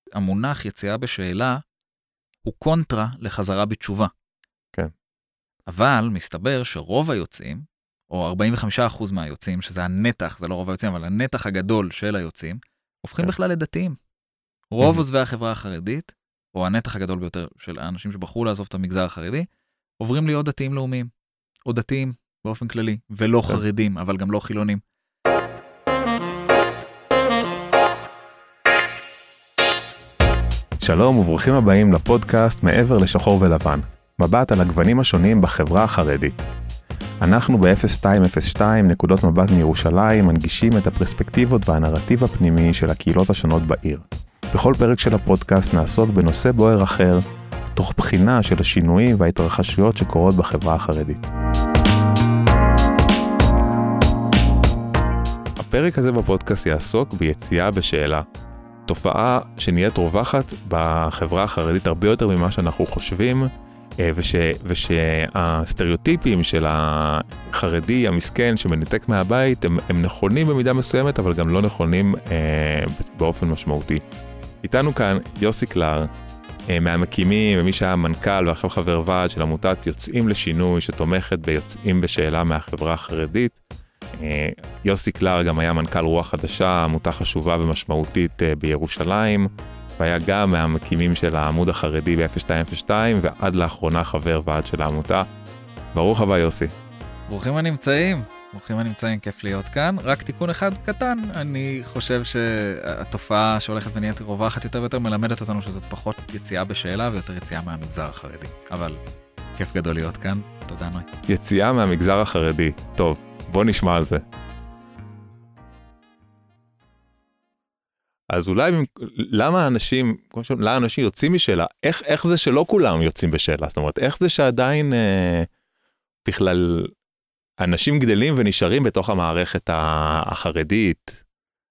המונח יציאה בשאלה הוא קונטרה לחזרה בתשובה. כן. אבל מסתבר שרוב היוצאים, או 45% מהיוצאים, שזה הנתח, זה לא רוב היוצאים, אבל הנתח הגדול של היוצאים, הופכים בכלל לדתיים. רוב עוזבי החברה החרדית, או הנתח הגדול ביותר של האנשים שבחרו לעזוב את המגזר החרדי, עוברים להיות דתיים לאומיים, או דתיים באופן כללי, ולא חרדים, אבל גם לא חילונים. שלום וברוכים הבאים לפודקאסט מעבר לשחור ולבן, מבט על הגוונים השונים בחברה החרדית. אנחנו ב-0202 נקודות מבט מירושלים מנגישים את הפרספקטיבות והנרטיב הפנימי של הקהילות השונות בעיר. בכל פרק של הפודקאסט נעסוק בנושא בוער אחר, תוך בחינה של השינויים וההתרחשויות שקורות בחברה החרדית. הפרק הזה בפודקאסט יעסוק ביציאה בשאלה. תופעה שנהיית רווחת בחברה החרדית הרבה יותר ממה שאנחנו חושבים, ושהסטריאוטיפים של החרדי המסכן שמנתק מהבית הם נכונים במידה מסוימת, אבל גם לא נכונים באופן משמעותי. איתנו כאן יוסי קלר, מהמקימים, ומי שהיה מנכ"ל ועכשיו חבר ועד של עמותת יוצאים לשינוי, שתומכת ביוצאים בשאלה מהחברה החרדית. יוסי קלר גם היה מנכ"ל רוח חדשה, עמותה חשובה ומשמעותית בירושלים, והיה גם מהמקימים של העמוד החרדי ב-0202, ועד לאחרונה חבר ועד של העמותה. ברוך הבא יוסי. ברוכים הנמצאים, כיף להיות כאן. רק תיקון אחד קטן, אני חושב שהתופעה שהולכת ונהיית רווחת יותר ויותר מלמדת אותנו שזאת פחות יציאה בשאלה ויותר יציאה מהמגזר החרדי. אבל כיף גדול להיות כאן, תודה נוי. יציאה מהמגזר החרדי, טוב. בוא נשמע על זה. אז אולי, למה אנשים יוצאים משאלה? איך זה שלא כולם יוצאים בשאלה? זאת אומרת, איך זה שעדיין בכלל אנשים גדלים ונשארים בתוך המערכת החרדית,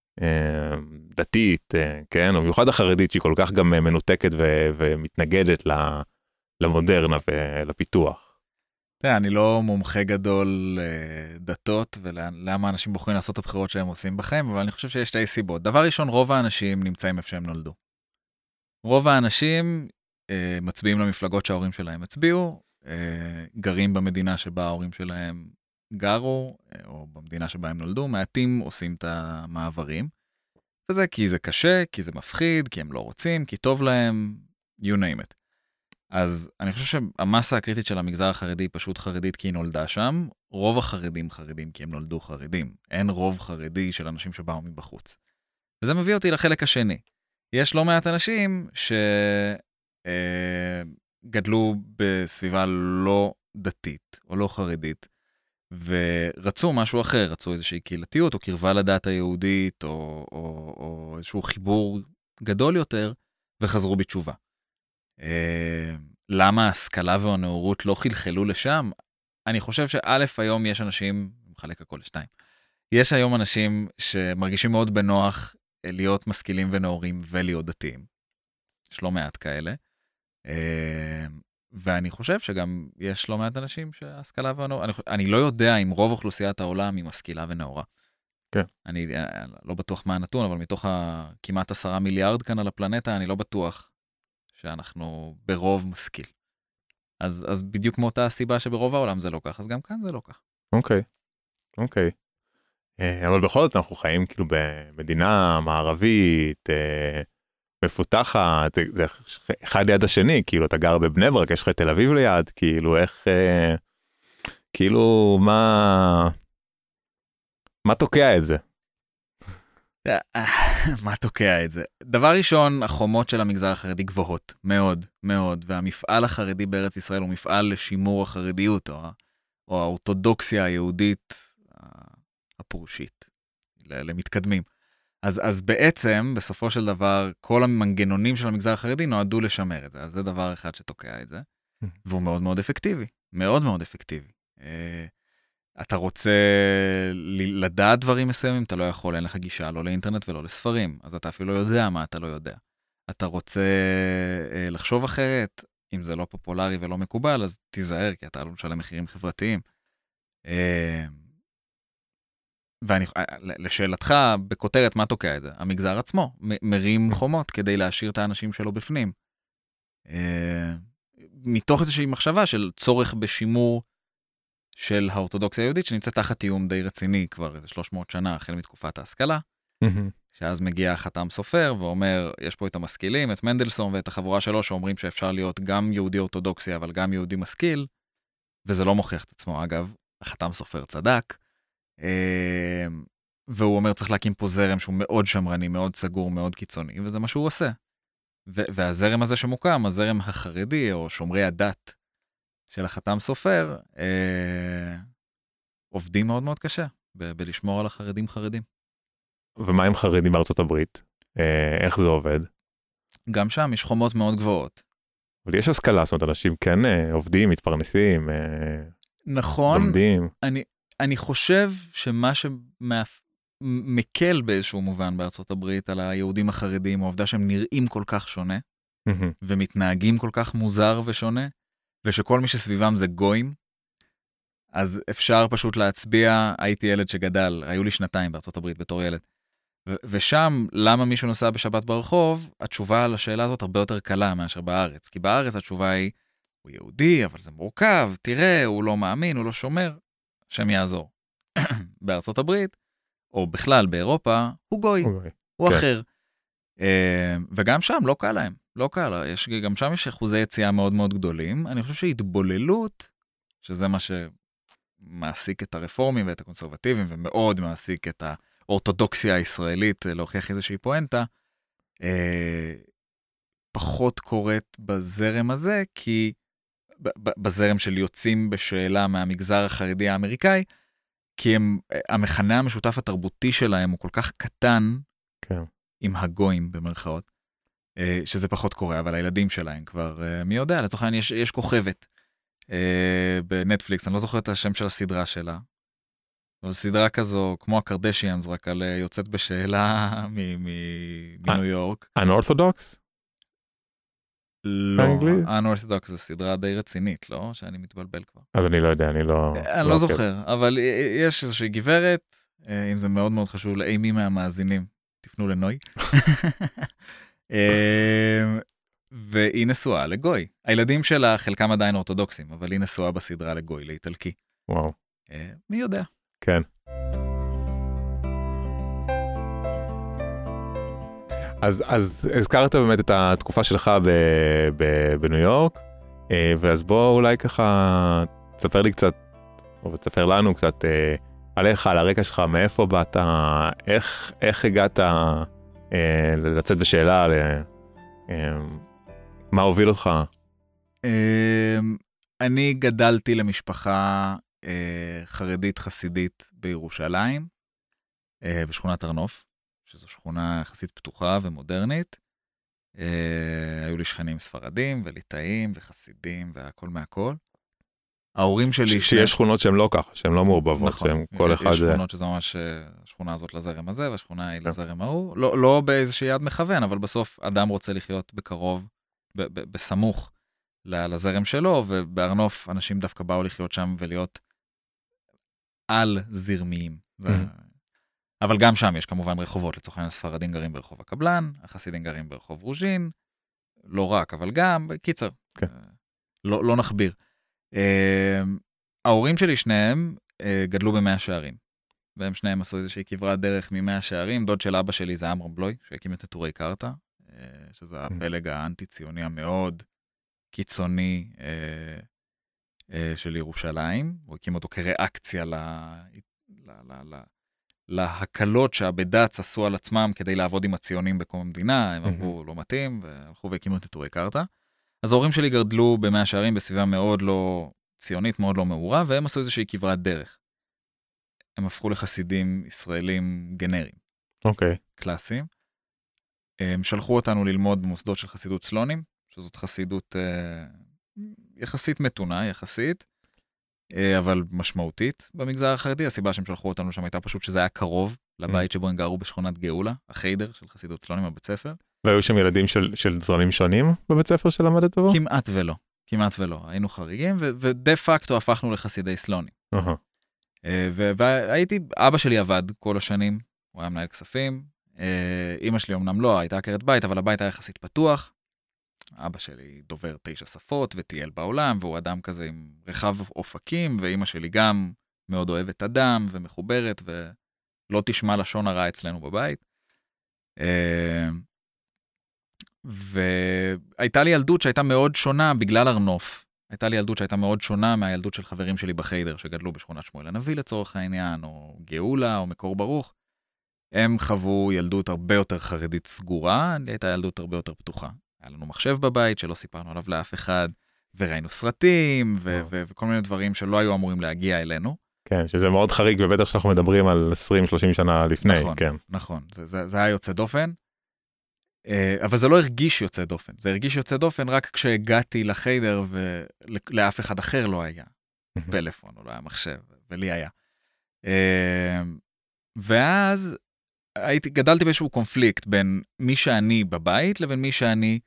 דתית, כן? או במיוחד החרדית שהיא כל כך גם מנותקת ומתנגדת למודרנה ולפיתוח. אני לא מומחה גדול דתות ולמה אנשים בוחרים לעשות את הבחירות שהם עושים בחיים, אבל אני חושב שיש שתי סיבות. דבר ראשון, רוב האנשים נמצאים איפה שהם נולדו. רוב האנשים מצביעים למפלגות שההורים שלהם הצביעו, גרים במדינה שבה ההורים שלהם גרו, או במדינה שבה הם נולדו, מעטים עושים את המעברים. וזה כי זה קשה, כי זה מפחיד, כי הם לא רוצים, כי טוב להם, you name it. אז אני חושב שהמסה הקריטית של המגזר החרדי היא פשוט חרדית כי היא נולדה שם. רוב החרדים חרדים כי הם נולדו חרדים. אין רוב חרדי של אנשים שבאו מבחוץ. וזה מביא אותי לחלק השני. יש לא מעט אנשים שגדלו בסביבה לא דתית או לא חרדית, ורצו משהו אחר, רצו איזושהי קהילתיות או קרבה לדת היהודית או איזשהו חיבור גדול יותר, וחזרו בתשובה. למה ההשכלה והנאורות לא חלחלו לשם? אני חושב שא' היום יש אנשים, מחלק הכל לשתיים, יש היום אנשים שמרגישים מאוד בנוח להיות משכילים ונאורים ולהיות דתיים. יש לא מעט כאלה. ואני חושב שגם יש לא מעט אנשים שההשכלה והנאורות, אני לא יודע אם רוב אוכלוסיית העולם היא משכילה ונאורה. כן. אני לא בטוח מה הנתון, אבל מתוך כמעט 10 מיליארד כאן על הפלנטה, אני לא בטוח שאנחנו ברוב משכיל. אז בדיוק מאותה הסיבה שברוב העולם זה לא כך, אז גם כאן זה לא כך. אוקיי. אבל בכל זאת אנחנו חיים כאילו במדינה מערבית, מפותחת, זה אחד ליד השני, כאילו אתה גר בבני ברק, יש לך תל אביב ליד, כאילו איך, כאילו מה תוקע את זה? מה תוקע את זה? דבר ראשון, החומות של המגזר החרדי גבוהות, מאוד, מאוד, והמפעל החרדי בארץ ישראל הוא מפעל לשימור החרדיות, או האורתודוקסיה היהודית הפורשית, למתקדמים. אז בעצם, בסופו של דבר, כל המנגנונים של המגזר החרדי נועדו לשמר את זה, אז זה דבר אחד שתוקע את זה, והוא מאוד מאוד אפקטיבי, מאוד מאוד אפקטיבי. אתה רוצה לדעת דברים מסוימים, אתה לא יכול, אין לך גישה לא לאינטרנט ולא לספרים, אז אתה אפילו לא יודע מה אתה לא יודע. אתה רוצה לחשוב אחרת, אם זה לא פופולרי ולא מקובל, אז תיזהר, כי אתה לא משלם מחירים חברתיים. לשאלתך, בכותרת, מה תוקע את זה? המגזר עצמו מרים חומות כדי להשאיר את האנשים שלו בפנים. מתוך איזושהי מחשבה של צורך בשימור של האורתודוקסיה היהודית, שנמצאת תחת איום די רציני כבר איזה 300 שנה, החל מתקופת ההשכלה, שאז מגיע חתם סופר ואומר, יש פה את המשכילים, את מנדלסון ואת החבורה שלו, שאומרים שאפשר להיות גם יהודי אורתודוקסי, אבל גם יהודי משכיל, וזה לא מוכיח את עצמו. אגב, החתם סופר צדק, והוא אומר, צריך להקים פה זרם שהוא מאוד שמרני, מאוד סגור, מאוד קיצוני, וזה מה שהוא עושה. והזרם הזה שמוקם, הזרם החרדי, או שומרי הדת של החתם סופר, עובדים מאוד מאוד קשה, בלשמור על החרדים חרדים. ומה עם חרדים בארצות הברית? איך זה עובד? גם שם יש חומות מאוד גבוהות. אבל יש השכלה, זאת אומרת, אנשים כן עובדים, מתפרנסים, נכון, לומדים. אני חושב שמה שמקל באיזשהו מובן בארצות הברית על היהודים החרדים, העובדה שהם נראים כל כך שונה, ומתנהגים כל כך מוזר ושונה, ושכל מי שסביבם זה גויים, אז אפשר פשוט להצביע, הייתי ילד שגדל, היו לי 2 בארצות הברית בתור ילד, ושם, למה מישהו נוסע בשבת ברחוב, התשובה על השאלה הזאת הרבה יותר קלה מאשר בארץ, כי בארץ התשובה היא, הוא יהודי, אבל זה מורכב, תראה, הוא לא מאמין, הוא לא שומר, שם יעזור. בארצות הברית, או בכלל באירופה, הוא גוי, הוא אחר. וגם שם לא קל להם, לא קל, גם שם יש אחוזי יציאה מאוד מאוד גדולים, אני חושב שהתבוללות, שזה מה שמעסיק את הרפורמים ואת הקונסרבטיבים, ומאוד מעסיק את האורתודוקסיה הישראלית, להוכיח איזושהי פואנטה, פחות קורית בזרם הזה, כי בזרם של יוצאים בשאלה מהמגזר החרדי האמריקאי, כי המכנה המשותף התרבותי שלהם הוא כל כך קטן, כן. עם הגויים במרכאות, שזה פחות קורה, אבל הילדים שלהם כבר, מי יודע, לצורך העניין יש כוכבת בנטפליקס, אני לא זוכר את השם של הסדרה שלה, אבל סדרה כזו, כמו הקרדשיאנס, רק על יוצאת בשאלה מניו יורק. אנאורתודוקס? לא, אנאורתודוקס זה סדרה די רצינית, לא? שאני מתבלבל כבר. אז אני לא יודע, אני לא זוכר, אבל יש איזושהי גברת, אם זה מאוד מאוד חשוב לאימי מהמאזינים, תפנו לנוי. והיא נשואה לגוי. הילדים שלה חלקם עדיין אורתודוקסים, אבל היא נשואה בסדרה לגוי, לאיטלקי. וואו. מי יודע? כן. אז הזכרת באמת את התקופה שלך בניו יורק, ואז בוא אולי ככה תספר לי קצת, או תספר לנו קצת עליך, על הרקע שלך, מאיפה באת, איך הגעת לצאת בשאלה, מה הוביל אותך? אני גדלתי למשפחה חרדית חסידית בירושלים, בשכונת הרנוף, שזו שכונה יחסית פתוחה ומודרנית. היו לי שכנים ספרדים וליטאים וחסידים והכל מהכל. ההורים שלי... שיש שכונות שהן לא ככה, שהן לא מעורבבות, נכון, שהן כל אחד... יש שכונות שזה ממש, השכונה הזאת לזרם הזה, והשכונה היא לזרם ההוא. לא באיזושהי יד מכוון, אבל בסוף אדם רוצה לחיות בקרוב, בסמוך לזרם שלו, ובארנוף אנשים דווקא באו לחיות שם ולהיות על זרמיים. אבל גם שם יש כמובן רחובות, לצורך העניין הספרדים גרים ברחוב הקבלן, החסידים גרים ברחוב רוז'ין, לא רק, אבל גם, קיצר, לא נחביר. ההורים שלי שניהם גדלו במאה שערים, והם שניהם עשו איזושהי כברת דרך ממאה שערים. דוד של אבא שלי זה עמרם בלוי, שהקים את נטורי קרתא, שזה הפלג האנטי-ציוני המאוד קיצוני של ירושלים. הוא הקים אותו כריאקציה להקלות שהבד"ץ עשו על עצמם כדי לעבוד עם הציונים בקום המדינה. הם אמרו לא מתאים, והלכו והקימו את נטורי קרתא. אז ההורים שלי גדלו במאה שערים בסביבה מאוד לא ציונית, מאוד לא מעורה, והם עשו איזושהי כברת דרך. הם הפכו לחסידים ישראלים גנריים. אוקיי. קלאסיים. הם שלחו אותנו ללמוד במוסדות של חסידות סלונים, שזאת חסידות יחסית מתונה, יחסית, אבל משמעותית במגזר החרדי. הסיבה שהם שלחו אותנו שם הייתה פשוט שזה היה קרוב לבית שבו הם גרו בשכונת גאולה, החיידר של חסידות סלונים בבית ספר. והיו שם ילדים של זרמים שונים בבית ספר שלמדת בו? כמעט ולא. היינו חריגים, ודה פקטו הפכנו לחסידי סלונים. והייתי, אבא שלי עבד כל השנים, הוא היה מנהל כספים, אמא שלי אמנם לא, הייתה עקרת בית, אבל הבית היה יחסית פתוח. אבא שלי דובר 9 שפות וטייל בעולם, והוא אדם כזה עם רחב אופקים, ואמא שלי גם מאוד אוהבת אדם ומחוברת, ולא תשמע לשון הרע אצלנו בבית. והייתה לי ילדות שהייתה מאוד שונה בגלל ארנוף. הייתה לי ילדות שהייתה מאוד שונה מהילדות של חברים שלי בחיידר, שגדלו בשכונת שמואל הנביא לצורך העניין, או גאולה, או מקור ברוך. הם חוו ילדות הרבה יותר חרדית סגורה, הייתה ילדות הרבה יותר פתוחה. היה לנו מחשב בבית שלא סיפרנו עליו לאף אחד, וראינו סרטים, וכל מיני דברים שלא היו אמורים להגיע אלינו. כן, שזה מאוד חריג, ובטח שאנחנו מדברים על 20-30 שנה לפני. נכון, כן. נכון, זה היה יוצא דופן. אבל זה לא הרגיש יוצא דופן, זה הרגיש יוצא דופן רק כשהגעתי לחיידר ולאף אחד אחר לא היה פלאפון או לא היה מחשב, ולי היה. ואז גדלתי באיזשהו קונפליקט בין מי שאני בבית לבין מי שאני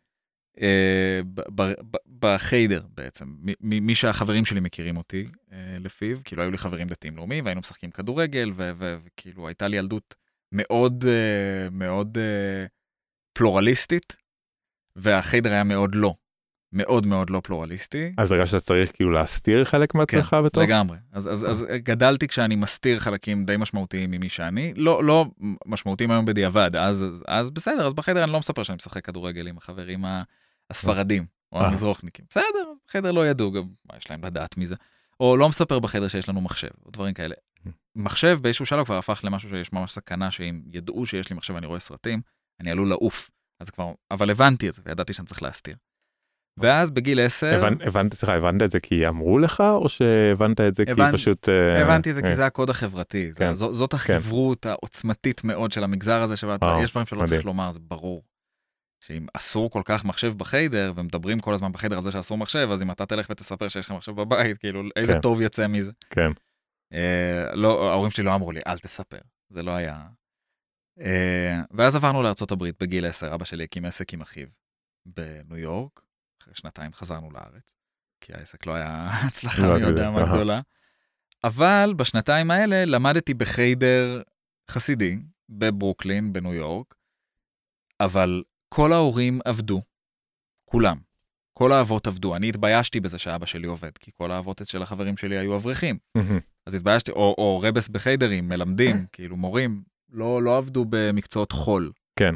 בחיידר בעצם, מי שהחברים שלי מכירים אותי לפיו, כאילו היו לי חברים דתיים לאומיים והיינו משחקים כדורגל, וכאילו הייתה לי ילדות מאוד מאוד פלורליסטית, והחיידר היה מאוד לא, מאוד מאוד לא פלורליסטי. אז הרגע שאתה צריך כאילו להסתיר חלק מעצמך כן, בתוך? לגמרי. אז גדלתי כשאני מסתיר חלקים די משמעותיים ממי שאני, לא משמעותיים היום בדיעבד, אז בסדר, אז בחיידר אני לא מספר שאני משחק כדורגל עם החברים הספרדים, או המזרוחניקים. בסדר, בחיידר לא ידעו גם מה יש להם לדעת מזה. או לא מספר בחיידר שיש לנו מחשב, או דברים כאלה. מחשב באיזשהו שלב כבר הפך למשהו שיש ממש סכנה, שאם ידעו שיש לי מחשב ואני רואה סרטים, אני עלול לעוף. אז כבר, אבל הבנתי את זה, וידעתי שאני צריך להסתיר. ואז בגיל 10... הבנת את זה כי אמרו לך, או שהבנת את זה כי פשוט... הבנתי את זה כי זה הקוד החברתי. זאת החברות העוצמתית מאוד של המגזר הזה, יש דברים שלא צריך לומר, זה ברור. שאם אסור כל כך מחשב בחיידר, ומדברים כל הזמן בחיידר על זה שאסור מחשב, אז אם אתה תלך ותספר שיש לך מחשב בבית, כאילו, איזה טוב יצא מזה. כן. ההורים שלי לא אמרו לי, אל תספר. זה לא היה... ואז עברנו לארצות הברית בגיל 10, אבא שלי הקים עסק עם אחיו בניו יורק, אחרי 2 חזרנו לארץ, כי העסק לא היה הצלחה מי יודע מה גדולה, אבל בשנתיים האלה למדתי בחיידר חסידי, בברוקלין, בניו יורק, אבל כל ההורים עבדו, כולם, כל האבות עבדו, אני התביישתי בזה שאבא שלי עובד, כי כל האבות של החברים שלי היו אברכים, אז התביישתי, או רבס בחיידרים, מלמדים, כאילו מורים, לא עבדו במקצועות חול. כן.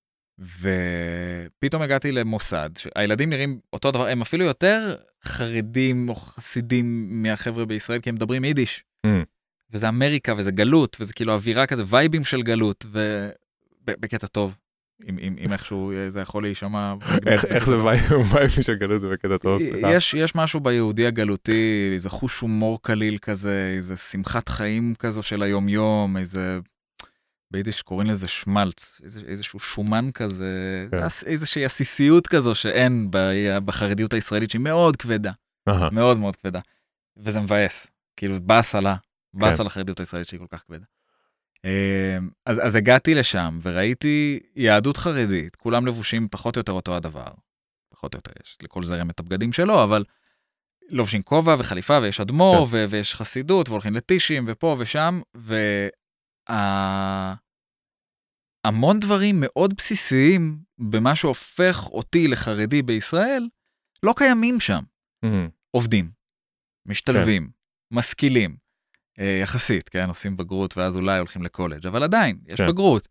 ופתאום הגעתי למוסד, שהילדים נראים אותו דבר, הם אפילו יותר חרדים או חסידים מהחבר'ה בישראל, כי הם מדברים יידיש. וזה אמריקה, וזה גלות, וזה כאילו אווירה כזה, וייבים של גלות, ובקטע טוב, אם איכשהו זה יכול להישמע. איך זה וייבים של גלות ובקטע טוב? יש משהו ביהודי הגלותי, איזה חוש הומור קליל כזה, איזה שמחת חיים כזו של היום-יום, איזה... ביידיש קוראים לזה שמלץ, איזשהו שומן כזה, איזושהי עסיסיות כזו שאין בחרדיות הישראלית שהיא מאוד כבדה, מאוד מאוד כבדה, וזה מבאס, כאילו באס על החרדיות הישראלית שהיא כל כך כבדה. אז הגעתי לשם וראיתי יהדות חרדית, כולם לבושים פחות או יותר אותו הדבר, פחות או יותר יש לכל זרם את הבגדים שלו, אבל לובשים כובע וחליפה ויש אדמו"ר ויש חסידות והולכים לטישים ופה ושם, המון דברים מאוד בסיסיים במה שהופך אותי לחרדי בישראל, לא קיימים שם. עובדים, משתלבים, משכילים, יחסית, כן, עושים בגרות ואז אולי הולכים לקולג', אבל עדיין, יש בגרות.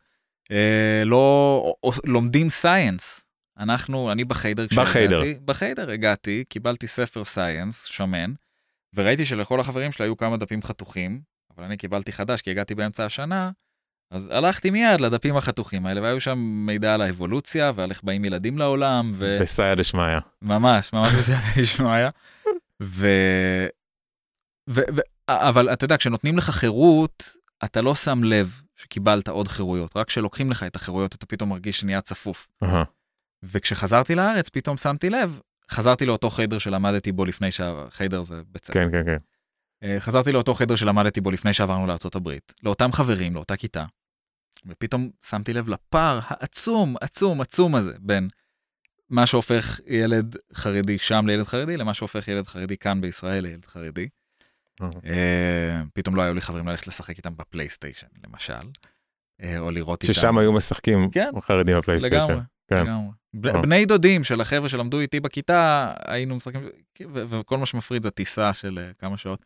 לומדים סייאנס. אני בחיידר הגעתי, קיבלתי ספר סייאנס, שמן, וראיתי שלכל החברים שלי היו כמה דפים חתוכים, אבל אני קיבלתי חדש, כי הגעתי באמצע השנה, אז הלכתי מיד לדפים החתוכים האלה, והיו שם מידע על האבולוציה, ועל איך באים ילדים לעולם, בסייע דשמיא. ממש בסייע דשמיא. אבל אתה יודע, כשנותנים לך חירות, אתה לא שם לב שקיבלת עוד חירויות, רק כשלוקחים לך את החירויות, אתה פתאום מרגיש שנהיה צפוף. וכשחזרתי לארץ, פתאום שמתי לב, חזרתי לאותו חדר שלמדתי בו לפני שהחדר זה בצד. כן, כן, כן. חזרתי לאותו חדר שלמדתי בו לפני שעברנו לארצות הברית, לאותם חברים, לאותה כיתה, ופתאום שמתי לב לפער העצום הזה, בין מה שהופך ילד חרדי שם לילד חרדי, למה שהופך ילד חרדי כאן בישראל לילד חרדי. פתאום לא היו לי חברים ללכת לשחק איתם בפלייסטיישן, למשל, או לראות איתם. ששם היו משחקים חרדים בפלייסטיישן. לגמרי, לגמרי. בני דודים של החבר'ה שלמדו איתי בכיתה, היינו משחקים, וכל מה שמפריד זה טיסה של כמה שעות.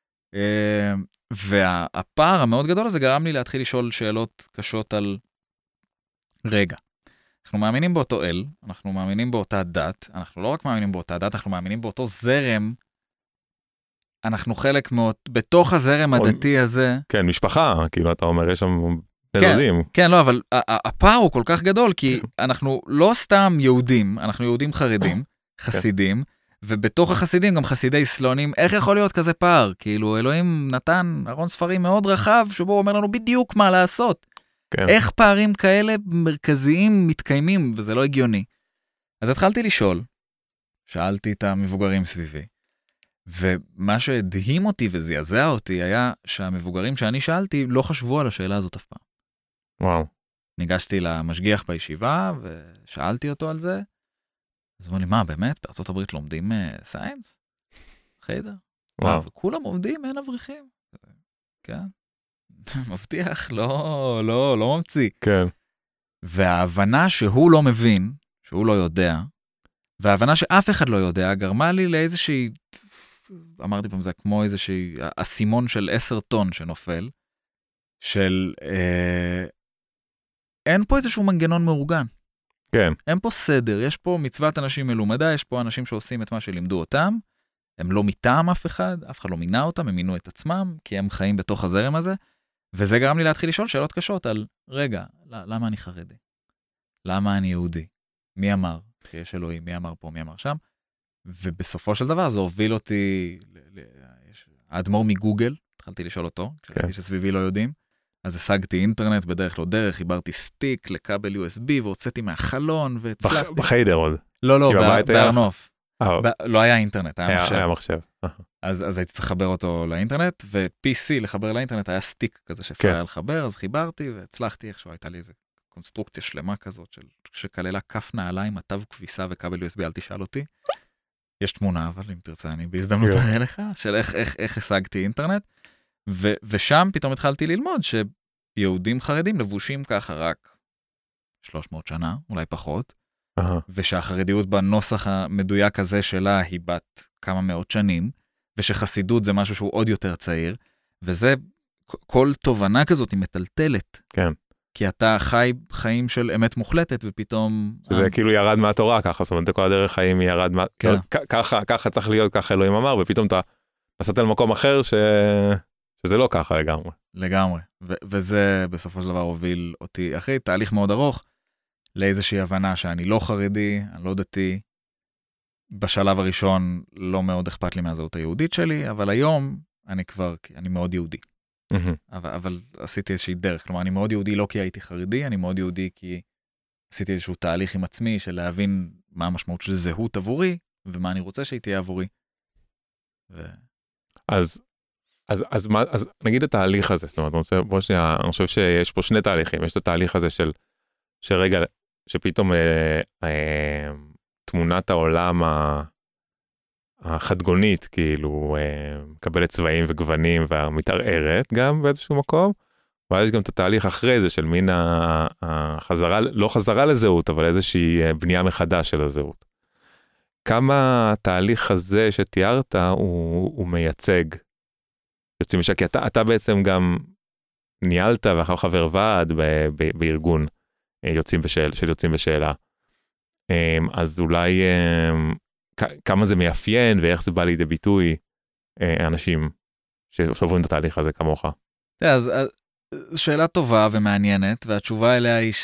והפער המאוד גדול הזה גרם לי להתחיל לשאול שאלות קשות על רגע. אנחנו מאמינים באותו אל, אנחנו מאמינים באותה דת, אנחנו לא רק מאמינים באותה דת, אנחנו מאמינים באותו זרם, אנחנו חלק בתוך הזרם הדתי הזה. כן, משפחה, כאילו אתה אומר, יש שם נדודים. כן, לא, אבל הפער הוא כל כך גדול, כי אנחנו לא סתם יהודים, אנחנו יהודים חרדים, חסידים, ובתוך החסידים גם חסידי סלונים, איך יכול להיות כזה פער? כאילו, אלוהים נתן ארון ספרים מאוד רחב, שבו הוא אומר לנו בדיוק מה לעשות. כן. איך פערים כאלה מרכזיים מתקיימים, וזה לא הגיוני. אז התחלתי לשאול, שאלתי את המבוגרים סביבי, ומה שהדהים אותי וזעזע אותי היה שהמבוגרים שאני שאלתי לא חשבו על השאלה הזאת אף פעם. וואו. ניגשתי למשגיח בישיבה ושאלתי אותו על זה, אז אמרו לי, מה, באמת? בארצות הברית לומדים סיינס? חיידר? וואו. וכולם עובדים, אין אברכים. כן. מבטיח, לא ממציא. כן. וההבנה שהוא לא מבין, שהוא לא יודע, וההבנה שאף אחד לא יודע, גרמה לי לאיזושהי, אמרתי פעם, זה כמו איזושהי אסימון של 10 טון שנופל, של אין פה איזשהו מנגנון מאורגן. כן. אין פה סדר, יש פה מצוות אנשים מלומדה, יש פה אנשים שעושים את מה שלימדו אותם, הם לא מטעם אף אחד לא מינה אותם, הם מינו את עצמם, כי הם חיים בתוך הזרם הזה, וזה גרם לי להתחיל לשאול שאלות קשות על, רגע, למה אני חרדי? למה אני יהודי? מי אמר שיש אלוהים? מי אמר פה? מי אמר שם? ובסופו של דבר זה הוביל אותי, האדמו"ר מגוגל, התחלתי לשאול אותו, כשראיתי שסביבי לא יודעים, אז השגתי אינטרנט בדרך לא דרך, חיברתי סטיק לכבל USB, והוצאתי מהחלון, והצלחתי. בחיידר עוד. לא, בארנוף. לא היה אינטרנט, היה מחשב. אז הייתי צריך לחבר אותו לאינטרנט, ו-PC לחבר לאינטרנט היה סטיק כזה שאפשר היה לחבר, אז חיברתי והצלחתי, איכשהו הייתה לי איזו קונסטרוקציה שלמה כזאת, שכללה כף נעליים, תו כביסה וכבל USB, אל תשאל אותי. יש תמונה, אבל אם תרצה, אני בהזדמנות אראה לך, של איך השגתי אינטרנט, ושם פתאום התחלתי ללמוד שיהודים חרדים לבושים ככה רק 300 שנה, אולי פחות, ושהחרדיות בנוסח המדויק הזה שלה היא בת כמה מאות שנים, ושחסידות זה משהו שהוא עוד יותר צעיר, וזה, כל תובנה כזאת היא מטלטלת. כן. כי אתה חי חיים של אמת מוחלטת, ופתאום... זה כאילו ירד מהתורה ככה, זאת אומרת, כל הדרך חיים היא ירד מה... כן. ככה צריך להיות, ככה אלוהים אמר, ופתאום אתה נסעת למקום אחר שזה לא ככה לגמרי. לגמרי, וזה בסופו של דבר הוביל אותי, אחרי תהליך מאוד ארוך, לאיזושהי הבנה שאני לא חרדי, אני לא דתי, בשלב הראשון לא מאוד אכפת לי מהזהות היהודית שלי, אבל היום אני מאוד יהודי. אבל עשיתי איזושהי דרך, כלומר אני מאוד יהודי לא כי הייתי חרדי, אני מאוד יהודי כי עשיתי איזשהו תהליך עם עצמי של להבין מה המשמעות של זהות עבורי, ומה אני רוצה שהיא תהיה עבורי. אז נגיד התהליך הזה, זאת אומרת, אני חושב שיש פה שני תהליכים, יש את התהליך הזה שרגע, שפתאום תמונת העולם החדגונית, כאילו, מקבלת צבעים וגוונים ומתערערת גם באיזשהו מקום, ואז יש גם את התהליך אחרי זה של מין החזרה, לא חזרה לזהות, אבל איזושהי בנייה מחדש של הזהות. כמה התהליך הזה שתיארת הוא מייצג? יוצאים משם, כי אתה בעצם גם ניהלת ואחר חבר ועד בארגון של יוצאים בשאלה. אז אולי כמה זה מאפיין ואיך זה בא לידי ביטוי אנשים שעוברים את התהליך הזה כמוך. אז שאלה טובה ומעניינת, והתשובה אליה היא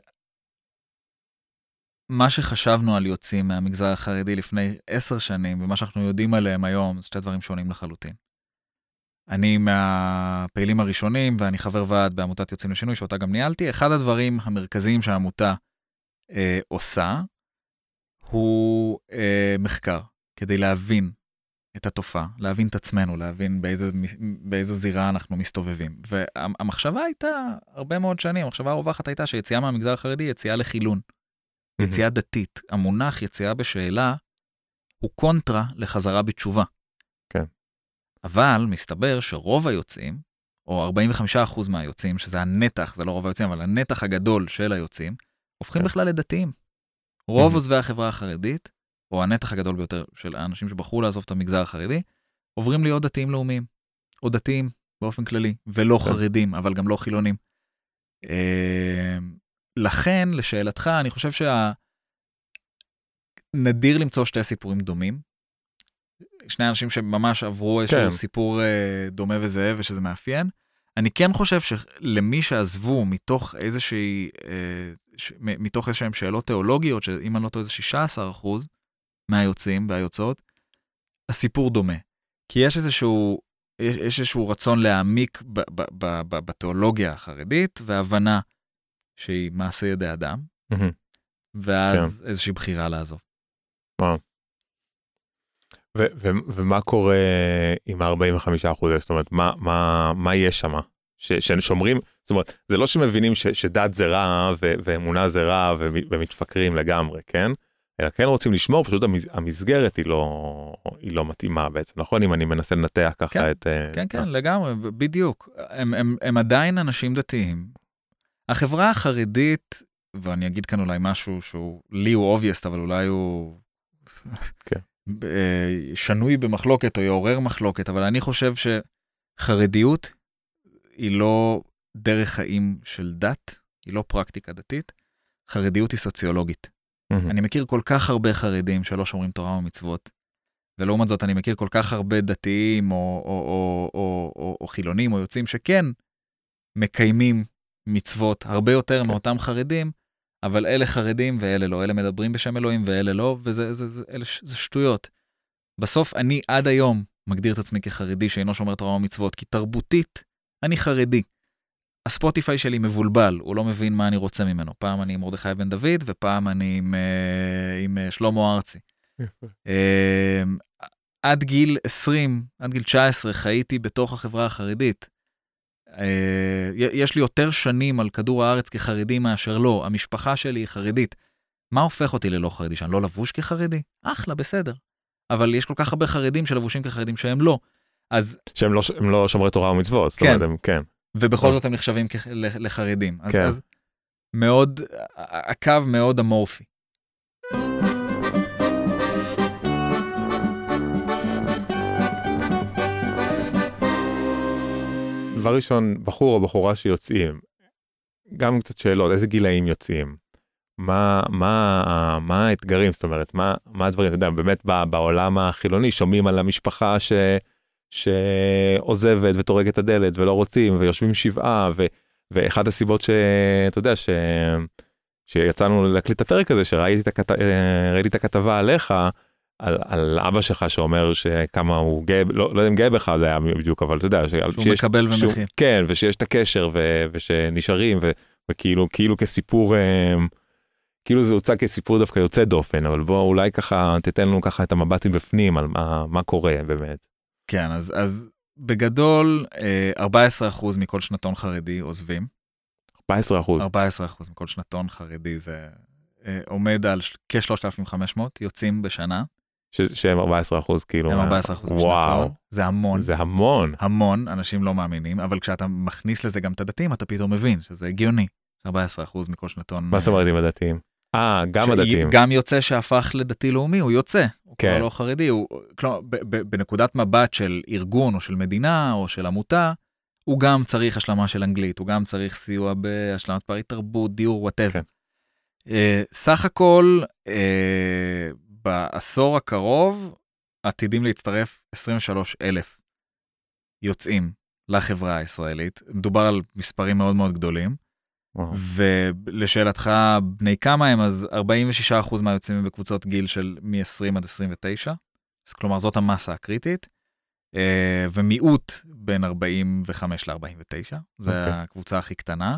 שמה שחשבנו על יוצאים מהמגזר החרדי לפני 10 שנים, ומה שאנחנו יודעים עליהם היום, זה שתי דברים שונים לחלוטין. אני מהפעילים הראשונים, ואני חבר ועד בעמותת יוצאים לשינוי, שאותה גם ניהלתי. אחד הדברים המרכזיים שהעמותה עושה, הוא מחקר, כדי להבין את התופעה, להבין את עצמנו, להבין באיזו זירה אנחנו מסתובבים. והמחשבה הייתה הרבה מאוד שנים, המחשבה הרווחת הייתה שיציאה מהמגזר החרדי, יציאה לחילון, יציאה דתית. המונח יציאה בשאלה, הוא קונטרה לחזרה בתשובה. כן. אבל מסתבר שרוב היוצאים, או 45% מהיוצאים, שזה הנתח, זה לא רוב היוצאים, אבל הנתח הגדול של היוצאים, הופכים בכלל לדתיים. רוב עוזבי החברה החרדית, או הנתח הגדול ביותר של האנשים שבחרו לעזוב את המגזר החרדי, עוברים להיות דתיים לאומיים, או דתיים באופן כללי, ולא חרדים, אבל גם לא חילונים. לכן, לשאלתך, אני חושב נדיר למצוא שתי סיפורים דומים. שני אנשים שממש עברו איזשהו סיפור דומה וזהה, ושזה מאפיין. אני כן חושב שלמי שעזבו מתוך איזשהם שאלות תיאולוגיות, שאם אני לא טועה זה 16% מהיוצאים והיוצאות, הסיפור דומה. כי יש איזשהו רצון להעמיק בתיאולוגיה החרדית, והבנה שהיא מעשה ידי אדם, ואז איזושהי בחירה לעזוב. ומה קורה עם ה-45%? זאת אומרת, מה יש שם? ששומרים, זאת אומרת, זה לא שמבינים שדת זה רע, ואמונה זה רע, ומתפקרים לגמרי, כן? אלא כן רוצים לשמור, פשוט המסגרת היא לא מתאימה בעצם, נכון? אם אני מנסה לנתח ככה את... כן, לגמרי, בדיוק. הם עדיין אנשים דתיים. החברה החרדית, ואני אגיד כאן אולי משהו שהוא, לי הוא obvious, אבל אולי הוא... כן. שנוי במחלוקת או יעורר מחלוקת, אבל אני חושב שחרדיות היא לא דרך חיים של דת, היא לא פרקטיקה דתית, חרדיות היא סוציולוגית. אני מכיר כל כך הרבה חרדים שלא שומרים תורה ומצוות, ולעומת זאת אני מכיר כל כך הרבה דתיים או חילונים או יוצאים שכן מקיימים מצוות הרבה יותר מאותם חרדים, אבל אלה חרדים ואלה לא, אלה מדברים בשם אלוהים ואלה לא, וזה שטויות. בסוף אני עד היום מגדיר את עצמי כחרדי שאינו שומר תורה ומצוות, כי תרבותית אני חרדי. הספוטיפיי שלי מבולבל, הוא לא מבין מה אני רוצה ממנו. פעם אני עם מרדכי בן דוד, ופעם אני עם שלמה ארצי. עד גיל 20, עד גיל 19, חייתי בתוך החברה החרדית. יש לי יותר שנים על כדור הארץ כחרדי מאשר לא. המשפחה שלי היא חרדית. מה הופך אותי ללא חרדי? שאני לא לבוש כחרדי? אחלה, בסדר. אבל יש כל כך הרבה חרדים שלבושים כחרדים שהם לא. אז... שהם לא שומרי תורה ומצוות. כן. כן. ובכל זאת הם נחשבים לחרדים. אז מאוד, הקו מאוד אמורפי. דבר ראשון, בחור או בחורה שיוצאים, גם קצת שאלות, איזה גילאים יוצאים? מה האתגרים? זאת אומרת, מה הדברים? אתה יודע, באמת בעולם החילוני שומעים על המשפחה שעוזבת ותורקת את הדלת ולא רוצים ויושבים שבעה, ואחד הסיבות שאתה יודע שיצאנו להקליט את הפרק הזה, שראיתי את הכתבה עליך, על אבא שלך שאומר שכמה הוא גאה, לא יודע אם גאה בך זה היה בדיוק, אבל אתה יודע, שהוא מקבל ומכין. כן, ושיש את הקשר ושנשארים, וכאילו כסיפור, כאילו זה הוצא כסיפור דווקא יוצא דופן, אבל בוא אולי ככה תתן לנו ככה את המבטים בפנים על מה קורה באמת. כן, אז בגדול 14% מכל שנתון חרדי עוזבים. 14%? 14% מכל שנתון חרדי זה עומד על כ-3,500 יוצאים בשנה. שהם 14% כאילו. הם 14% בשנתון. זה המון. זה המון. המון, אנשים לא מאמינים, אבל כשאתה מכניס לזה גם את הדתיים, אתה פתאום מבין שזה הגיוני. 14% מכל שנתון. מה זאת אומרת עם הדתיים? גם הדתיים. גם יוצא שהפך לדתי לאומי, הוא יוצא. הוא כבר לא חרדי. כלומר, בנקודת מבט של ארגון או של מדינה או של עמותה, הוא גם צריך השלמה של אנגלית, הוא גם צריך סיוע בהשלמת פערי תרבות, דיור, whatever. סך הכל, בעשור הקרוב, עתידים להצטרף 23,000 יוצאים לחברה הישראלית. מדובר על מספרים מאוד מאוד גדולים. ולשאלתך, בני כמה הם? אז 46% מהיוצאים בקבוצות גיל של מ-20 עד 29. אז כלומר, זאת המסה הקריטית. ומיעוט בין 45 ל-49. זו הקבוצה הכי קטנה.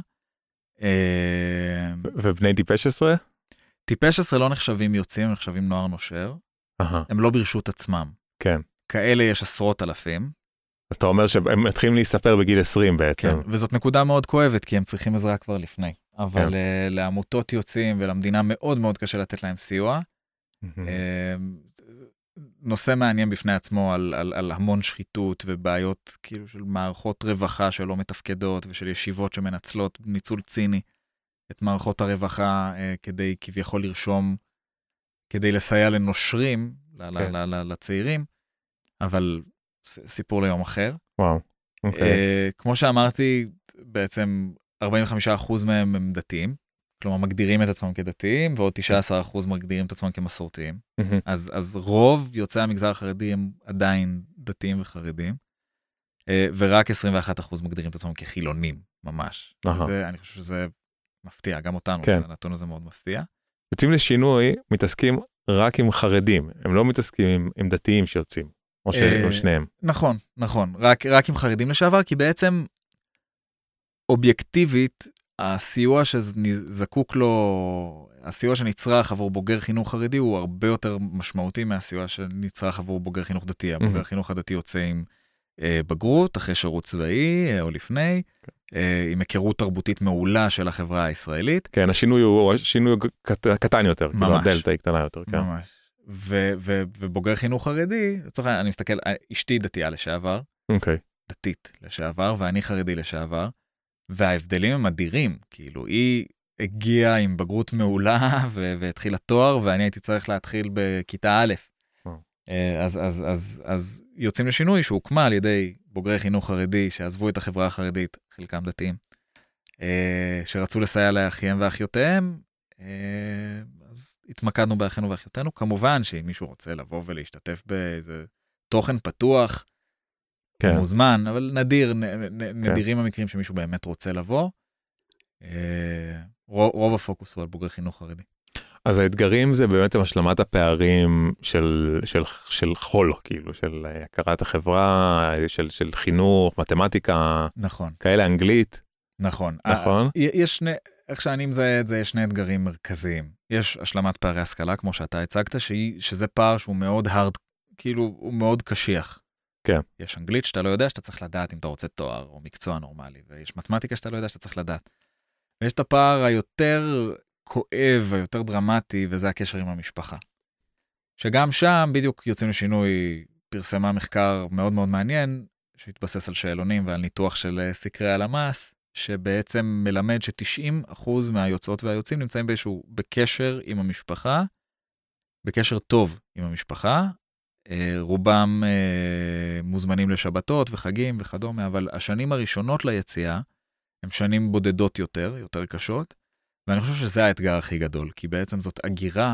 ובני טיפש 10? טיפש 10 לא נחשבים יוצאים, הם נחשבים נוער נושר. הם לא ברשות עצמם. כן. כאלה יש עשרות אלפים. אז אתה אומר שהם מתחילים להיספר בגיל 20 בעצם. כן, וזאת נקודה מאוד כואבת, כי הם צריכים עזרה כבר לפני. אבל לעמותות יוצאים ולמדינה מאוד מאוד קשה לתת להם סיוע. נושא מעניין בפני עצמו על המון שחיתות ובעיות כאילו של מערכות רווחה שלא מתפקדות ושל ישיבות שמנצלות ניצול ציני את מערכות הרווחה כדי כביכול לרשום, כדי לסייע לנושרים, לצעירים, אבל סיפור ליום אחר. וואו, אוקיי. כמו שאמרתי, בעצם 45% מהם הם דתיים, כלומר מגדירים את עצמם כדתיים, ועוד 19% מגדירים את עצמם כמסורתיים. אז רוב יוצאי המגזר החרדי הם עדיין דתיים וחרדים, ורק 21% מגדירים את עצמם כחילונים, ממש. אני חושב שזה מפתיע, גם אותנו, הנתון הזה מאוד מפתיע. יוצאים לשינוי, מתעסקים רק עם חרדים, הם לא מתעסקים עם דתיים שיוצאים, או שניהם. נכון, נכון, רק עם חרדים לשעבר, כי בעצם אובייקטיבית, הסיוע שזקוק לו, הסיוע שנצרך עבור בוגר חינוך חרדי, הוא הרבה יותר משמעותי מהסיוע שנצרך עבור בוגר חינוך דתי. הבוגר חינוך הדתי יוצא עם בגרות, אחרי שירות צבאי, או לפני, עם היכרות תרבותית מעולה של החברה הישראלית. כן, השינוי הוא שינוי קטן יותר, כאילו הדלתה היא קטנה יותר. ממש. ובוגר חינוך חרדי, לצורך העניין, אני מסתכל, אשתי דתייה לשעבר, דתית לשעבר, ואני חרדי לשעבר, וההבדלים הם אדירים, כאילו היא הגיעה עם בגרות מעולה והתחילה תואר, ואני הייתי צריך להתחיל בכיתה א'. אז יוצאים לשינוי שהוקמה על ידי בוגרי חינוך חרדי שעזבו את החברה החרדית, חלקם דתיים, שרצו לסייע לאחיהם ואחיותיהם, אז התמקדנו באחינו ואחיותינו. כמובן שאם מישהו רוצה לבוא ולהשתתף באיזה תוכן פתוח, מוזמן, אבל נדירים המקרים שמישהו באמת רוצה לבוא. רוב הפוקוס הוא על בוגרי חינוך חרדי. אז האתגרים זה באמת השלמת הפערים של חול, כאילו, של הכרת החברה, של חינוך, מתמטיקה, נכון. כאלה, אנגלית. נכון. נכון? יש שני, איך שאני מזהה את זה, יש שני אתגרים מרכזיים. יש השלמת פערי השכלה, כמו שאתה הצגת, שזה פער שהוא מאוד hard, כאילו, הוא מאוד קשיח. כן. יש אנגלית שאתה לא יודע שאתה צריך לדעת אם אתה רוצה תואר או מקצוע נורמלי, ויש מתמטיקה שאתה לא יודע שאתה צריך לדעת. ויש את הפער היותר כואב, היותר דרמטי, וזה הקשר עם המשפחה. שגם שם בדיוק יוצאים לשינוי, פרסמה מחקר מאוד מאוד מעניין, שהתבסס על שאלונים ועל ניתוח של סקרי הלמ"ס, שבעצם מלמד ש90% מהיוצאות והיוצאים נמצאים בקשר עם המשפחה, בקשר טוב עם המשפחה, רובם מוזמנים לשבתות וחגים וכדומה, אבל השנים הראשונות ליציאה, הם שנים בודדות יותר, יותר קשות, ואני חושב שזה האתגר הכי גדול, כי בעצם זאת הגירה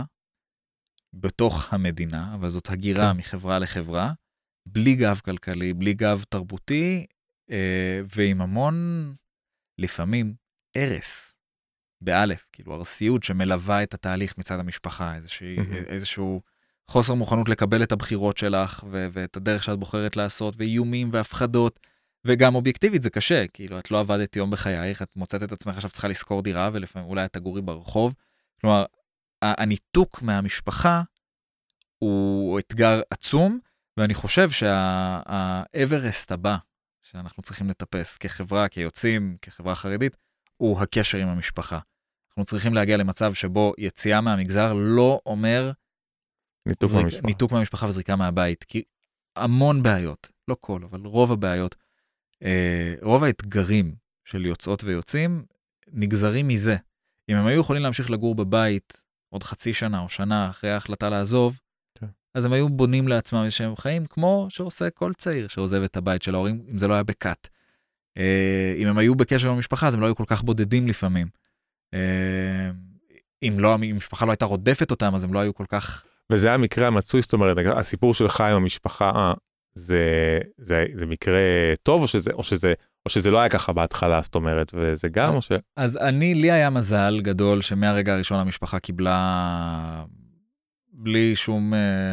בתוך המדינה, אבל זאת הגירה מחברה לחברה, בלי גב כלכלי, בלי גב תרבותי, ועם המון, לפעמים, ערס, באלף, כאילו הרסיות שמלווה את התהליך מצד המשפחה, איזשהו חוסר מוכנות לקבל את הבחירות שלך, ואת הדרך שאת בוחרת לעשות, ואיומים והפחדות, וגם אובייקטיבית זה קשה, כאילו את לא עבדת יום בחייך, את מוצאת את עצמך עכשיו צריכה לשכור דירה, ולפעמים אולי את תגורי ברחוב, כלומר, הניתוק מהמשפחה הוא אתגר עצום, ואני חושב שהאברסט הבא שאנחנו צריכים לטפס כחברה, כיוצאים, כחברה חרדית, הוא הקשר עם המשפחה. אנחנו צריכים להגיע למצב שבו יציאה מהמגזר לא אומר ניתוק מהמשפחה וזריקה מהבית, כי המון בעיות, לא כל, אבל רוב הבעיות, רוב האתגרים של יוצאות ויוצאים נגזרים מזה. אם הם היו יכולים להמשיך לגור בבית עוד חצי שנה או שנה אחרי ההחלטה לעזוב, אז הם היו בונים לעצמם איזשהם חיים, כמו שעושה כל צעיר שעוזב את הבית של ההורים, אם זה לא היה בקאט. אם הם היו בקשר עם המשפחה, אז הם לא היו כל כך בודדים לפעמים. אם המשפחה לא הייתה רודפת אותם, אז הם לא היו כל כך... וזה המקרה המצוי, זאת אומרת, הסיפור שלך עם המשפחה, זה מקרה טוב, או שזה לא היה ככה בהתחלה, זאת אומרת, וזה גם, או ש... אז לי היה מזל גדול, שמהרגע הראשון המשפחה קיבלה... בלי שום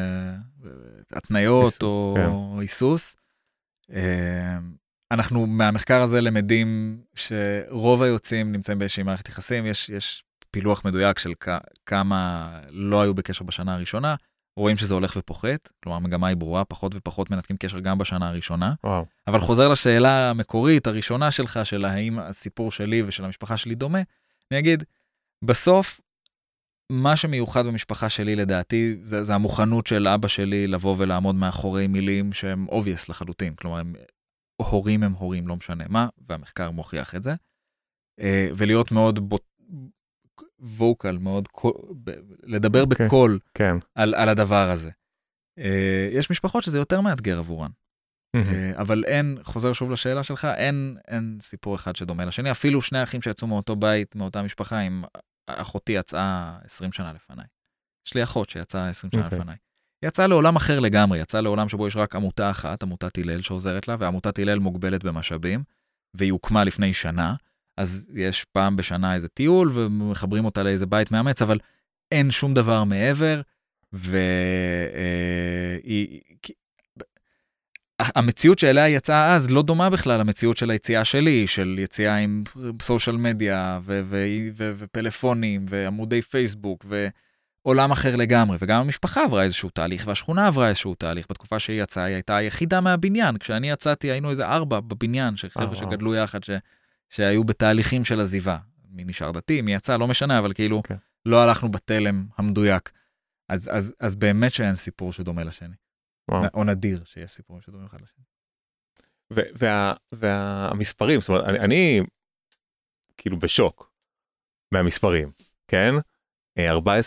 התניות או היסוס. אנחנו מהמחקר הזה למדים שרוב היוצאים נמצאים באיזושהי מערכת יחסים, יש פילוח מדויק של כמה לא היו בקשר בשנה הראשונה, רואים שזה הולך ופוחת, כלומר המגמה היא ברורה, פחות ופחות מנתקים קשר גם בשנה הראשונה, אבל חוזר לשאלה המקורית, הראשונה שלך, של האם הסיפור שלי ושל המשפחה שלי דומה, אני אגיד, בסוף, מה שמיוחד במשפחה שלי לדעתי, זה המוכנות של אבא שלי לבוא ולעמוד מאחורי מילים שהם obvious לחלוטין, כלומר, הורים הם הורים, לא משנה מה, והמחקר מוכיח את זה, ולהיות מאוד ווקל, מאוד, לדבר בקול על הדבר הזה. יש משפחות שזה יותר מאתגר עבורן, אבל אין, חוזר שוב לשאלה שלך, אין סיפור אחד שדומה לשני, אפילו שני אחים שיצאו מאותו בית, מאותה משפחה, עם אחותי יצאה 20 שנה לפניי. יש לי אחות שיצאה 20 שנה לפניי. היא יצאה לעולם אחר לגמרי, יצאה לעולם שבו יש רק עמותה אחת, עמותת הלל שעוזרת לה, ועמותת הלל מוגבלת במשאבים, והיא הוקמה לפני שנה, אז יש פעם בשנה איזה טיול, ומחברים אותה לאיזה בית מאמץ, אבל אין שום דבר מעבר, המציאות שאליה יצאה אז לא דומה בכלל למציאות של היציאה שלי, של יציאה עם סושיאל מדיה ופלאפונים ועמודי פייסבוק ועולם אחר לגמרי, וגם המשפחה עברה איזשהו תהליך והשכונה עברה איזשהו תהליך. בתקופה שהיא יצאה, היא הייתה היחידה מהבניין. כשאני יצאתי היינו איזה 4 בבניין, חבר'ה שגדלו יחד שהיו בתהליכים של עזיבה. מי נשאר דתי, מי יצא, לא משנה, אבל כאילו לא הלכנו בתלם המדויק. אז באמת שאין סיפור שדומה לשני. או נדיר שיש סיפורים שדומים אחד לשני. והמספרים, זאת אומרת, אני כאילו בשוק מהמספרים, כן? 14%.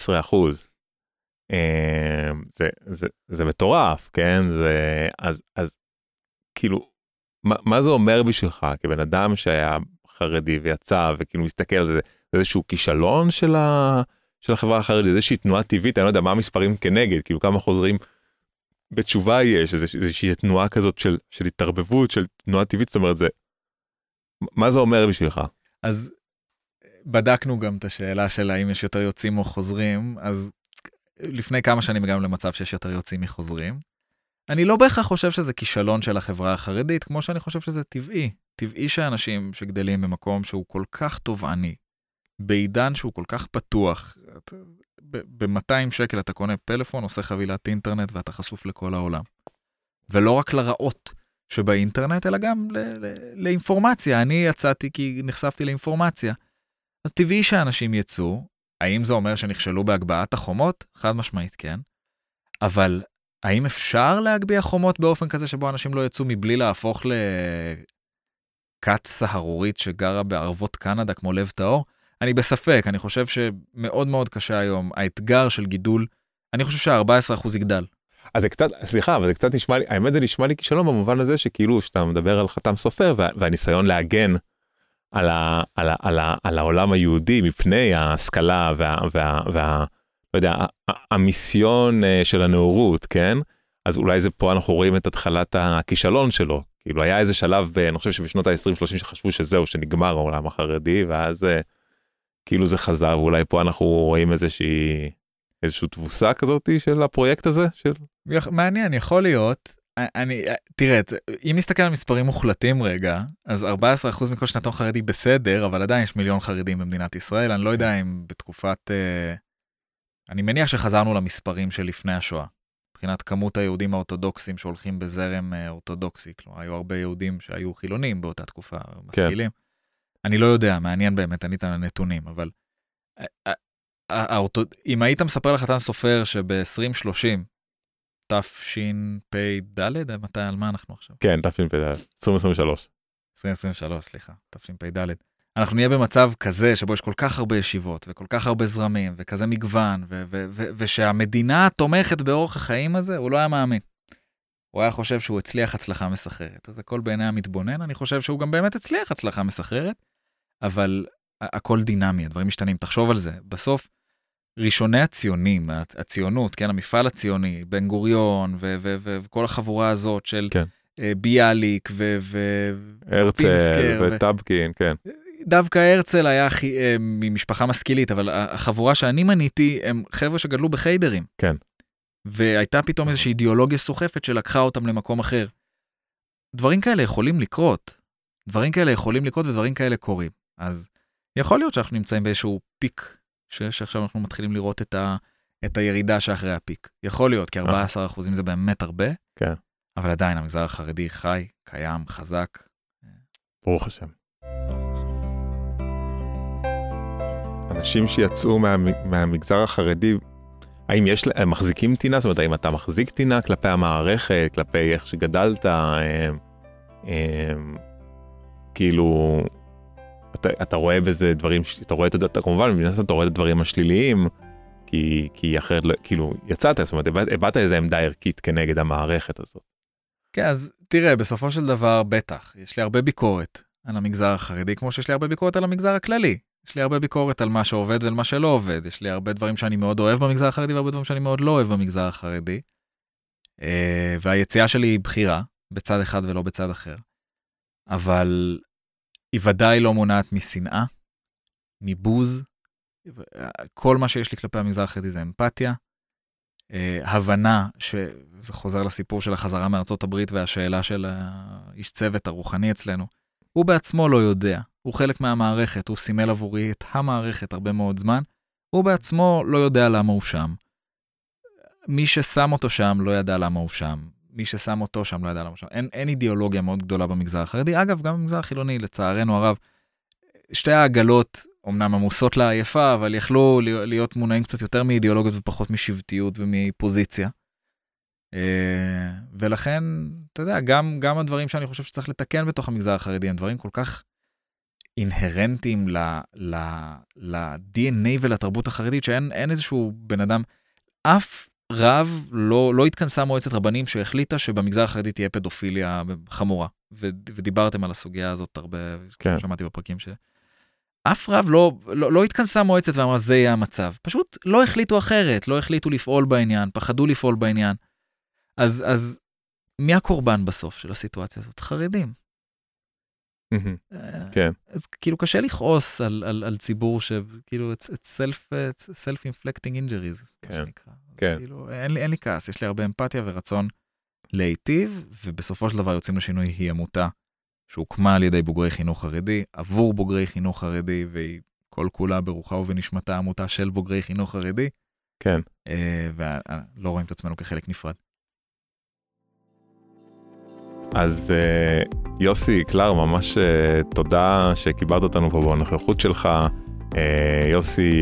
זה מטורף, כן? אז כאילו, מה זה אומר בשבילך? כבן אדם שהיה חרדי ויצא וכאילו מסתכל על זה, זה איזשהו כישלון של החברה החרדית, איזושהי תנועה טבעית, אני לא יודע מה המספרים כנגד, כאילו כמה חוזרים בתשובה יש, איזושהי תנועה כזאת של התערבבות, של תנועה טבעית, זאת אומרת, מה זה אומר בשבילך? אז בדקנו גם את השאלה של האם יש יותר יוצאים או חוזרים, אז לפני כמה שנים הגענו למצב שיש יותר יוצאים מחוזרים. אני לא בהכרח חושב שזה כישלון של החברה החרדית, כמו שאני חושב שזה טבעי. טבעי שאנשים שגדלים במקום שהוא כל כך תובעני, בעידן שהוא כל כך פתוח, ב-200 שקל אתה קונה פלאפון, עושה חבילת אינטרנט ואתה חשוף לכל העולם. ולא רק לרעות שבאינטרנט, אלא גם לאינפורמציה. אני יצאתי כי נחשפתי לאינפורמציה. אז טבעי שאנשים יצאו, האם זה אומר שנכשלו בהגבהת החומות? חד משמעית כן. אבל האם אפשר להגביה חומות באופן כזה שבו אנשים לא יצאו מבלי להפוך לכת סהרורית שגרה בערבות קנדה כמו לב טהור? אני בספק, אני חושב שמאוד מאוד קשה היום, האתגר של גידול, אני חושב שה14% יגדל. אז זה קצת, סליחה, אבל זה קצת נשמע לי, האמת זה נשמע לי כישלון במובן הזה שכאילו שאתה מדבר על חתם סופר והניסיון להגן על העולם היהודי מפני ההשכלה לא יודע, המיסיון של הנאורות, כן? אז אולי זה פה אנחנו רואים את התחלת הכישלון שלו. כאילו היה איזה שלב, אני חושב שבשנות ה-20-30 שחשבו שזהו, שנגמר העולם החרדי, ואז כאילו זה חזר, ואולי פה אנחנו רואים איזושהי תבוסה כזאת של הפרויקט הזה? מעניין, יכול להיות. תראה, אם נסתכל על מספרים מוחלטים רגע, אז 14% מכל שנתון חרדי בסדר, אבל עדיין יש מיליון חרדים במדינת ישראל. אני לא יודע אם בתקופת... אני מניח שחזרנו למספרים של לפני השואה. מבחינת כמות היהודים האורתודוקסים שהולכים בזרם אורתודוקסי. כלומר, היו הרבה יהודים שהיו חילונים באותה תקופה, משכילים. אני לא יודע, מעניין באמת, ענית על הנתונים, אבל אם היית מספר לחתן סופר שב-2030, תשפ"ד, מתי, על מה אנחנו עכשיו? כן, תשפ"ד, 2023. 2023, סליחה, תשפ"ד. אנחנו נהיה במצב כזה שבו יש כל כך הרבה ישיבות וכל כך הרבה זרמים וכזה מגוון, ושהמדינה תומכת באורח החיים הזה, הוא לא היה מאמין. הוא היה חושב שהוא הצליח הצלחה מסחררת. אז הכל בעיני המתבונן, אני חושב שהוא גם באמת הצליח הצלחה מסחררת, אבל הכל דינמי, הדברים משתנים. תחשוב על זה. בסוף, ראשוני הציונים, הציונות, כן, המפעל הציוני, בן גוריון וכל החבורה הזאת של ביאליק הרצל וטבקין, כן. דווקא הרצל היה ממשפחה משכילית, אבל החבורה שאני מניתי הם חבר'ה שגדלו בחיידרים. כן. והייתה פתאום איזושהי אידיאולוגיה סוחפת שלקחה אותם למקום אחר. דברים כאלה יכולים לקרות. דברים כאלה יכולים לקרות ודברים כאלה קורים. אז יכול להיות שאנחנו נמצאים באיזשהו פיק, שעכשיו אנחנו מתחילים לראות את הירידה שאחרי הפיק. יכול להיות, כי 14% זה באמת הרבה. כן. אבל עדיין המגזר החרדי חי, קיים, חזק. ברוך השם. אנשים שיצאו מהמגזר החרדי, האם הם מחזיקים טינה? זאת אומרת, האם אתה מחזיק טינה כלפי המערכת, כלפי איך שגדלת, כאילו, אתה רואה בזה דברים, אתה כמובן, אתה רואה את הדברים השליליים, כי אחרת, כאילו, יצאת, זאת אומרת, הבאת איזו עמדה ערכית כנגד המערכת הזאת. כן, אז תראה, בסופו של דבר, בטח, יש לי הרבה ביקורת על המגזר החרדי, כמו שיש לי הרבה ביקורת על המגזר הכללי. יש לי הרבה ביקורת על מה שעובד ועל מה שלא עובד. יש לי הרבה דברים שאני מאוד אוהב במגזר החרדי, והרבה דברים שאני מאוד לא אוהב במגזר החרדי. והיציאה שלי היא בחירה, בצד אחד ולא בצד אחר. אבל היא ודאי לא מונעת משנאה, מבוז. כל מה שיש לי כלפי המגזר החרדי זה אמפתיה. הבנה, שזה חוזר לסיפור של החזרה מארצות הברית והשאלה של האיש צוות הרוחני אצלנו. הוא בעצמו לא יודע. הוא חלק מהמערכת, הוא סימל עבורי את המערכת הרבה מאוד זמן. הוא בעצמו לא יודע למה הוא שם. מי ששם אותו שם לא ידע למה הוא שם. מי ששם אותו שם לא ידע למה הוא שם. אין אידיאולוגיה מאוד גדולה במגזר החרדי. אגב, גם במגזר החילוני, לצערנו הרב, שתי העגלות אומנם עמוסות לעייפה, אבל יכלו להיות מונעים קצת יותר מאידיאולוגיות ופחות משבטיות ומפוזיציה. ולכן, אתה יודע, גם הדברים שאני חושב שצריך לתקן בתוך המגזר החרדי, הם דברים כל כך אינהרנטיים ל-DNA ולתרבות החרדית, שאין איזשהו בן אדם, אף רב לא התכנסה מועצת רבנים שהחליטה שבמגזר החרדי תהיה פדופיליה חמורה. ודיברתם על הסוגיה הזאת הרבה, כן. שמעתי בפרקים אף רב לא התכנסה מועצת ואמרה, זה יהיה המצב. פשוט לא החליטו אחרת, לא החליטו לפעול בעניין, פחדו לפעול בעניין. אז מי הקורבן בסוף של הסיטואציה הזאת? חרדים. כן. אז כאילו קשה לכעוס על ציבור שכאילו, it's self-inflicting injuries, מה שנקרא. אז כאילו, אין לי כעס, יש לי הרבה אמפתיה ורצון להיטיב, ובסופו של דבר יוצאים לשינוי היא עמותה, שהוקמה על ידי בוגרי חינוך חרדי, עבור בוגרי חינוך חרדי, והיא כל כולה ברוחה ובנשמתה עמותה של בוגרי חינוך חרדי. כן. ולא רואים את עצמנו כחלק נפרד. אז יוסי קלר, ממש תודה שקיבלת אותנו פה בנוכחות שלך. יוסי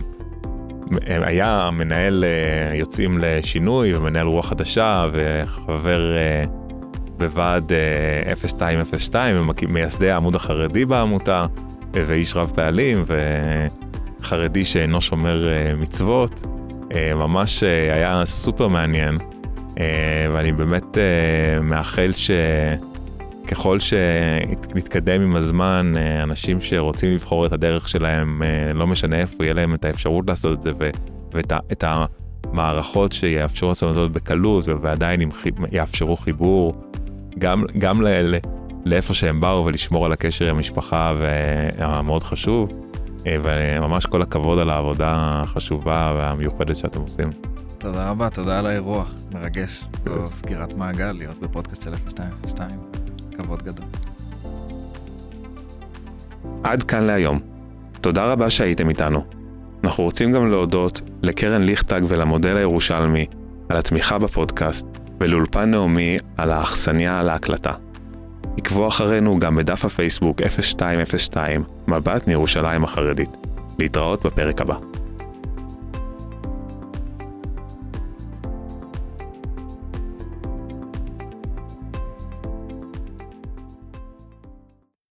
היה מנהל יוצאים לשינוי ומנהל רוח חדשה וחבר בוועד 0202 ומייסדי העמוד החרדי בעמותה ואיש רב פעלים וחרדי שאינו שומר מצוות. ממש היה סופר מעניין. ואני באמת מאחל שככל שנתקדם עם הזמן, אנשים שרוצים לבחור את הדרך שלהם, לא משנה איפה, יהיה להם את האפשרות לעשות את זה, ואת המערכות שיאפשרו לעשות את זה בקלות, ועדיין יאפשרו חיבור, גם לאיפה שהם באו, ולשמור על הקשר עם המשפחה, והמאוד חשוב, וממש כל הכבוד על העבודה החשובה והמיוחדת שאתם עושים. תודה רבה, תודה על האירוח, מרגש. זו סגירת מעגל, להיות בפודקאסט של 0202, זה כבוד גדול. עד כאן להיום. תודה רבה שהייתם איתנו. אנחנו רוצים גם להודות לקרן ליכטג ולמודל הירושלמי על התמיכה בפודקאסט, ולאולפן נעמי על האכסניה על ההקלטה. עקבו אחרינו גם בדף הפייסבוק 0202, מבט מירושלים החרדית. להתראות בפרק הבא.